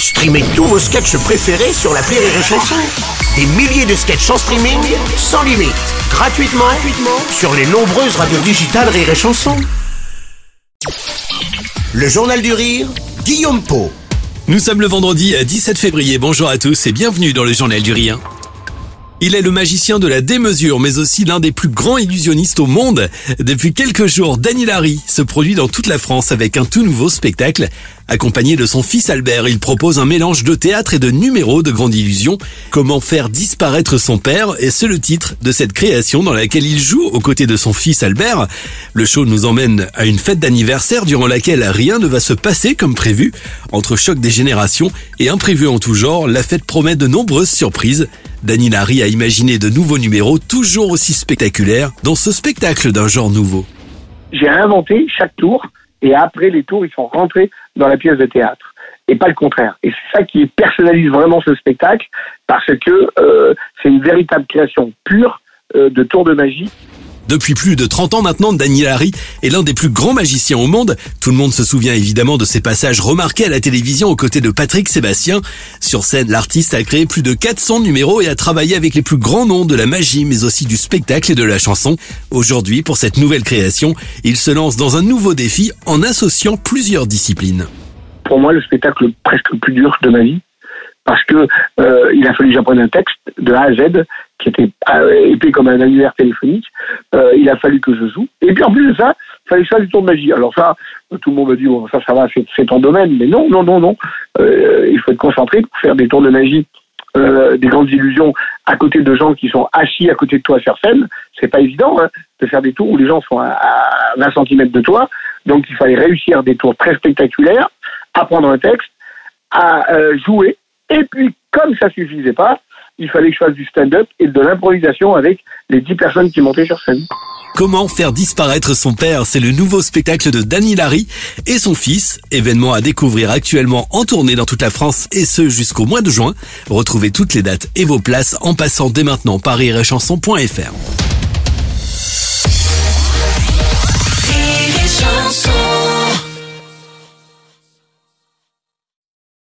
Streamez tous vos sketchs préférés sur l'appli Rire et Chanson. Des milliers de sketchs en streaming, sans limite, gratuitement sur les nombreuses radios digitales Rire et Chanson. Le Journal du Rire, Guillaume Pau. Nous sommes le vendredi 17 février. Bonjour à tous et bienvenue dans le Journal du Rire. Il est le magicien de la démesure, mais aussi l'un des plus grands illusionnistes au monde. Depuis quelques jours, Dany Larry se produit dans toute la France avec un tout nouveau spectacle. Accompagné de son fils Albert, il propose un mélange de théâtre et de numéros de grande illusion. Comment faire disparaître son père, et c'est le titre de cette création dans laquelle il joue aux côtés de son fils Albert. Le show nous emmène à une fête d'anniversaire durant laquelle rien ne va se passer comme prévu. Entre choc des générations et imprévus en tout genre, la fête promet de nombreuses surprises. Dany Larry a imaginé de nouveaux numéros toujours aussi spectaculaires dans ce spectacle d'un genre nouveau. J'ai inventé chaque tour et après les tours, ils sont rentrés dans la pièce de théâtre et pas le contraire. Et c'est ça qui personnalise vraiment ce spectacle parce que c'est une véritable création pure de tours de magie. Depuis plus de 30 ans maintenant, Dany Larry est l'un des plus grands magiciens au monde. Tout le monde se souvient évidemment de ses passages remarqués à la télévision aux côtés de Patrick Sébastien. Sur scène, l'artiste a créé plus de 400 numéros et a travaillé avec les plus grands noms de la magie, mais aussi du spectacle et de la chanson. Aujourd'hui, pour cette nouvelle création, il se lance dans un nouveau défi en associant plusieurs disciplines. Pour moi, le spectacle presque le plus dur de ma vie, parce que il a fallu que j'apprenne un texte de A à Z qui était épais comme un annuaire téléphonique. Il a fallu que je joue. Et puis en plus de ça, il fallait faire du tour de magie. Alors ça, tout le monde me dit bon, ça va, c'est ton domaine. Mais non. Il faut être concentré pour faire des tours de magie, des grandes illusions à côté de gens qui sont assis à côté de toi sur scène. C'est pas évident de faire des tours où les gens sont à 20 cm de toi. Donc il fallait réussir des tours très spectaculaires, apprendre un texte, à jouer. Et puis, comme ça suffisait pas, il fallait que je fasse du stand-up et de l'improvisation avec les 10 personnes qui montaient sur scène. Comment faire disparaître son père, c'est le nouveau spectacle de Dany Larry et son fils, événement à découvrir actuellement en tournée dans toute la France et ce jusqu'au mois de juin. Retrouvez toutes les dates et vos places en passant dès maintenant par rirechanson.fr.